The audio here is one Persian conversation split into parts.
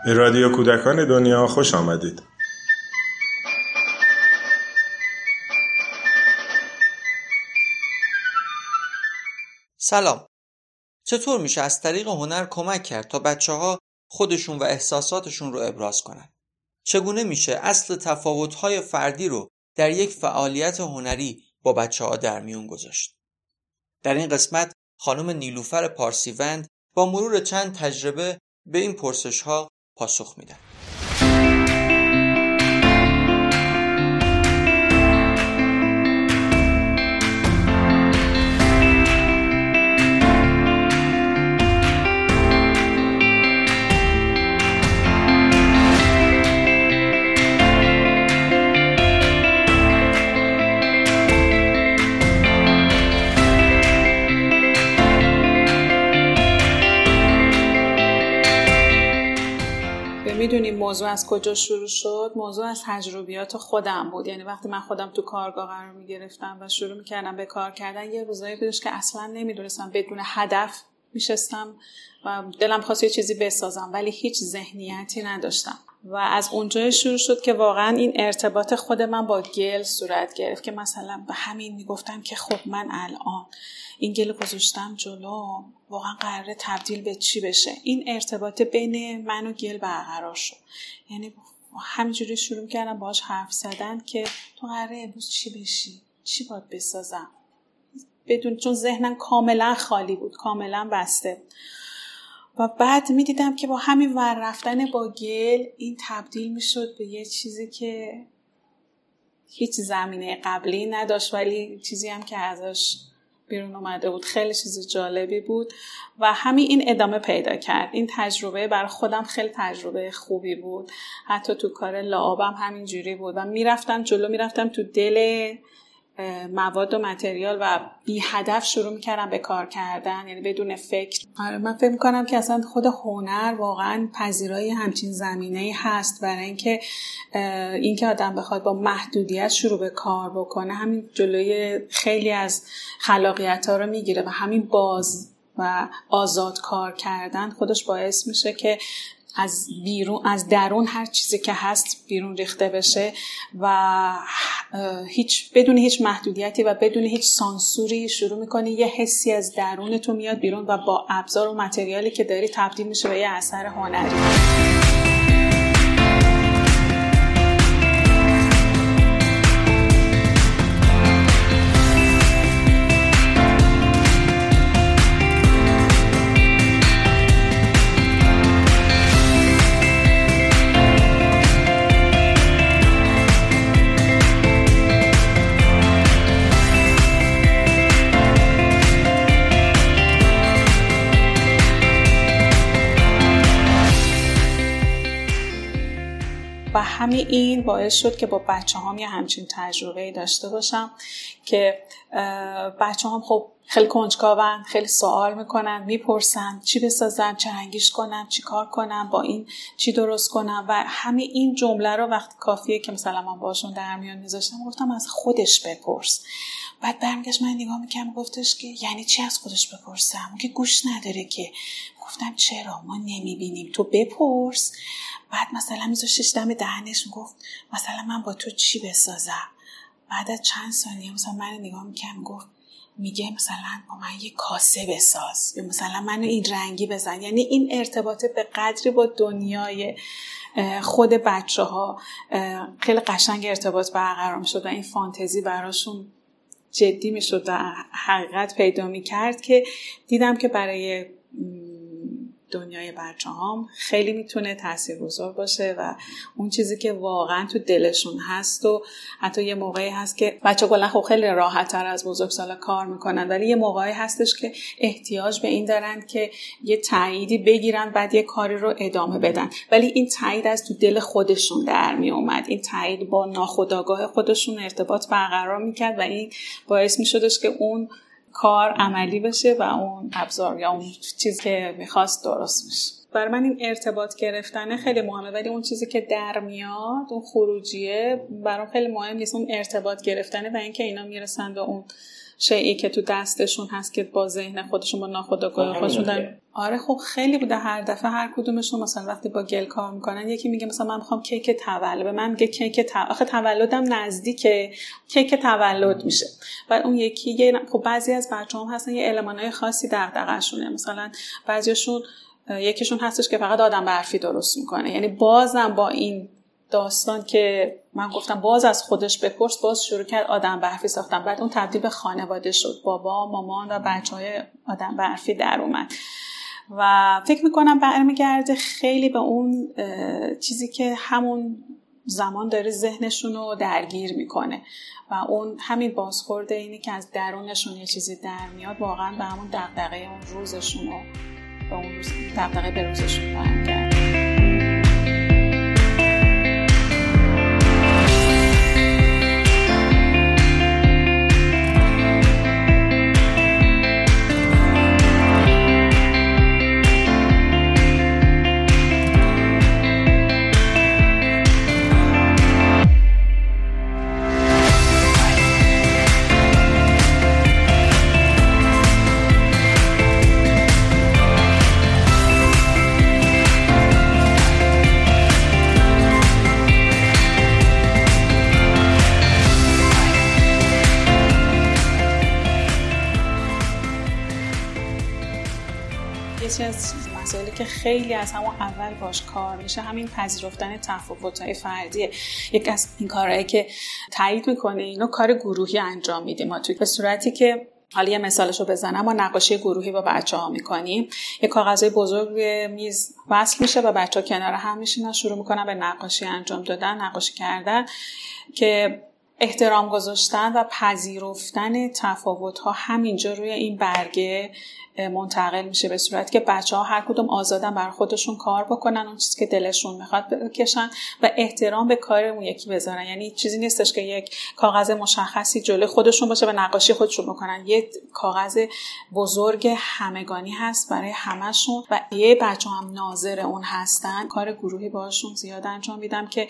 به رادیو کودکان دنیا خوش آمدید. سلام. چطور میشه از طریق هنر کمک کرد تا بچه‌ها خودشون و احساساتشون رو ابراز کنن؟ چگونه میشه اصل تفاوت‌های فردی رو در یک فعالیت هنری با بچه‌ها در میون گذاشت؟ در این قسمت خانم نیلوفر پارسیوند با مرور چند تجربه به این پرسش‌ها پاسخ میدن. میدونیم موضوع از کجا شروع شد؟ موضوع از تجربیات خودم بود. یعنی وقتی من خودم تو کارگاه قرار میگرفتم و شروع میکردم به کار کردن، یه روزایی بودش که اصلا نمیدونستم، بدون هدف میشستم و دلم خواست یه چیزی بسازم ولی هیچ ذهنیتی نداشتم و از اونجا شروع شد که واقعا این ارتباط خود من با گل صورت گرفت که مثلا به همین میگفتم که خب من الان این گل گذاشتم جلو، واقعا قراره تبدیل به چی بشه؟ این ارتباط بین من و گل برقرار شد. یعنی همینجوری شروع کردم باهاش حرف زدن که تو قراره امروز چی بشی؟ چی باید بسازم؟ بدون، چون ذهنم کاملا خالی بود، کاملا بسته. و بعد میدیدم که با همین ور رفتن با گل این تبدیل میشد به یه چیزی که هیچ زمینه قبلی نداشت ولی چیزی هم که ازش بیرون اومده بود خیلی چیز جالبی بود و همین این ادامه پیدا کرد. این تجربه برای خودم خیلی تجربه خوبی بود. حتی تو کار لعابم همین جوری بود و میرفتم جلو، میرفتم تو دل مواد و متریال و بی هدف شروع میکردم به کار کردن، یعنی بدون فکر. من فکر میکنم که اصلا خود هنر واقعا پذیرای همچین زمینه‌ای هست برای اینکه آدم بخواد با محدودیت شروع به کار بکنه، همین جلوی خیلی از خلاقیت‌ها رو میگیره و همین باز و آزاد کار کردن خودش باعث میشه که از بیرون، از درون هر چیزی که هست بیرون ریخته بشه و بدون هیچ محدودیتی و بدون هیچ سانسوری شروع میکنی یه حسی از درون تو میاد بیرون و با ابزار و متریالی که داری تبدیل میشه به یه اثر هنری. و همین این باعث شد که با بچه‌هام یه همچین تجربه‌ای داشته باشم که بچه‌هام خب خیلی کنجکاون، خیلی سوال میکنن، میپرسن چی بسازم، چه رنگیش کنم، چی کار کنم، با این چی درست کنم و همین این جمله رو وقتی کافیه که مثلا من باشون در میان میذاشتم گفتم از خودش بپرس. بعد برمیگشت من نگاه میکنم گفتش که یعنی چی از خودش بپرسم؟ اون که گوش نداره که. گفتم چرا؟ ما نمیبینیم، تو بپرس. بعد مثلا میذاشتش دم دهنش میگفت مثلا من با تو چی بسازم؟ بعد از چند ثانیه مثلا من نگاه میکنم گفت میگه مثلا با من یه کاسه بساز یا مثلا منو این رنگی بزن. یعنی این ارتباط به قدری با دنیای خود بچه‌ها خیلی قشنگ ارتباط برقرار میشد و این فانتزی براشون جدی میشد و حقیقت پیدا میکرد که دیدم که برای دنیای بچه‌هام خیلی میتونه تاثیرگذار باشه و اون چیزی که واقعا تو دلشون هست و حتی یه موقعی هست که بچه‌ها کلا خب خیلی راحت‌تر از بزرگسالا کار میکنن ولی یه موقعی هستش که احتیاج به این دارن که یه تأییدی بگیرن بعد یه کاری رو ادامه بدن ولی این تأیید از تو دل خودشون در می اومد. این تأیید با ناخودآگاه خودشون ارتباط برقرار میکرد و این باعث میشدش که اون کار عملی بشه و اون ابزار یا اون چیزی که میخواست درست بشه. برای من این ارتباط گرفتن خیلی مهمه ولی اون چیزی که در میاد، اون خروجیه برام خیلی مهم نیست. اون ارتباط گرفتن و اینکه اینا میرسن به اون شیئی که تو دستشون هست که با ذهن خودشون با ناخودآگاه خودشون دارن. آره خب خیلی بوده. هر دفعه هر کدومشون مثلا وقتی با گل کار میکنن یکی میگه مثلا من میخوام کیک تولد، به من میگه آخه تولدم نزدیکه، کیک تولد میشه. بعد اون یکی خب بعضی از بچه‌ها هستن یه المانای خاصی دغدغه‌شونه، مثلا بعضیاشون یکیشون هستش که فقط آدم برفی درست میکنه. یعنی بازم با این داستان که من گفتم باز از خودش بپرس، باز شروع کرد آدم برفی ساختن. بعد اون تبدیل به خانواده شد، بابا، مامان و بچهای آدم برفی در اومد و فکر میکنم برمیگرده خیلی به اون چیزی که همون زمان داره ذهنشون رو درگیر میکنه و اون همین بازخورده اینی که از درونشون یه چیزی در میاد واقعا به همون دغدغه اون روزشون و به اون دغدغه به روزشون برمیگرده. مسائلی که خیلی از همون اول باش کار میشه همین پذیرفتن تفاوت‌های فردیه. یک از این کارهایی که تایید میکنه اینو کار گروهی انجام میدیم ما توی، به صورتی که حالا یه مثالشو بزنم، ما نقاشی گروهی با بچه‌ها میکنیم. یه کاغذای بزرگ روی میز وصل میشه و بچه‌ها کنار هم میشینن، شروع میکنن به نقاشی انجام دادن، نقاشی کردن که احترام گذاشتن و پذیرفتن تفاوت‌ها همینجا روی این برگه منتقل میشه، به صورتی که بچه‌ها هر کدوم آزادن بر خودشون کار بکنن، اون چیزی که دلشون میخواد بکشن و احترام به کار اون یکی بذارن. یعنی چیزی نیستش که یک کاغذ مشخصی جلوی خودشون باشه و نقاشی خودشون بکنن. یه کاغذ بزرگ همگانی هست برای همشون و یه بچه‌ها هم ناظر اون هستن. کار گروهی باشون زیاد انجام میدم که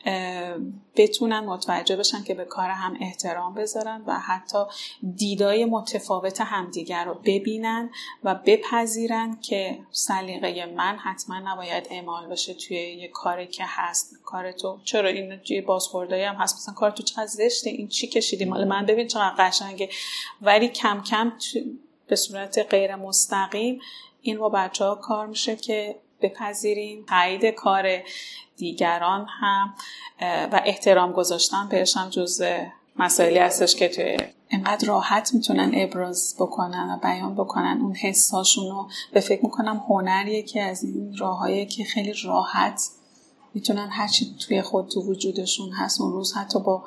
بتونن متوجه بشن که به کار هم احترام بذارن و حتی دیدای متفاوت همدیگر رو ببینن و بپذیرن که سلیقه من حتما نباید اعمال بشه توی یه کاری که هست. کار تو چرا این بازخوردایی هم هست، مثلا کار تو چقدر زشته، این چی کشیدی مال من، ببین چقدر قشنگه. ولی کم کم به صورت غیر مستقیم این با بچه‌ها کار میشه که بپذیریم تایید کار دیگران هم و احترام گذاشتن بهش هم جزء مسائلی هستش که توی اینقدر راحت میتونن ابراز بکنن و بیان بکنن اون حساشون رو. به فکر میکنم هنریه که از این راهاییه که خیلی راحت میتونن هرچی توی خود تو وجودشون هست اون روز حتی با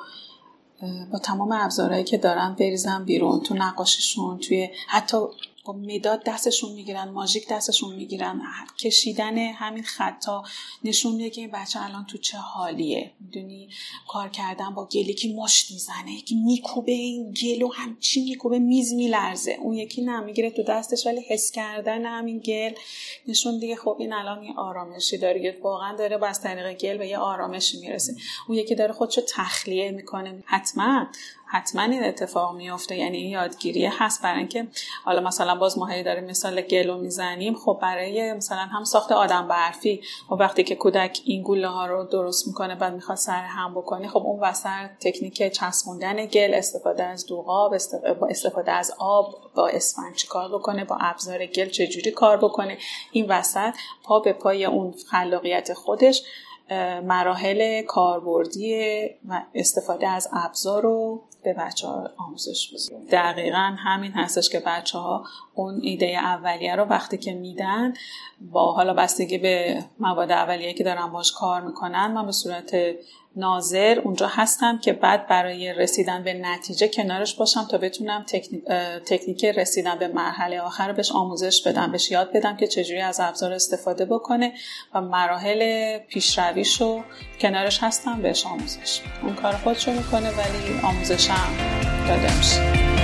تمام ابزارهایی که دارن بریزن بیرون، تو نقاشیشون، توی حتی با مداد دستشون میگیرن، ماژیک دستشون میگیرن، کشیدن همین خطا نشون میده که این بچه الان تو چه حالیه. میدونی کار کردن با گلی که مشت میزنه، یکی میکوبه این گلو همچین میکوبه میز میلرزه، اون یکی نه میگیره تو دستش، ولی حس کردن همین گل نشون دیگه خب این الان یه آرامشی داره، واقعا داره با از طریق گل به یه آرامشی میرسه. اون یکی داره خودشو تخلیه میکنه. حتما این اتفاق میفته. یعنی این یادگیری هست برای اینکه حالا مثلا باز ما هی داریم مثال گلو میزنیم، خب برای مثلا هم ساخت آدم برفی و وقتی که کودک این گوله ها رو درست میکنه بعد میخواد سر هم بکنه، خب اون وسط تکنیک چسبوندن گل، استفاده از دوغاب، استفاده از آب، با اسفنج چی کار بکنه، با ابزار گل چجوری کار بکنه، این وسط پا به پای اون خلاقیت خودش مراحل کاربردی و استفاده از ابزار رو به بچه‌ها آموزش بده. دقیقاً همین هستش که بچه‌ها اون ایده اولیه رو وقتی که میدن با حالا بستگی به مواد اولیه که دارن باش کار میکنن، من به صورت ناظر اونجا هستم که بعد برای رسیدن به نتیجه کنارش باشم تا بتونم تکنیک رسیدن به مرحله آخر رو بهش آموزش بدم، بهش یاد بدم که چجوری از ابزار استفاده بکنه و مراحل پیشرویشو کنارش هستم بهش آموزش بدم. اون کار خودشو میکنه ولی آموزش هم داده میشه.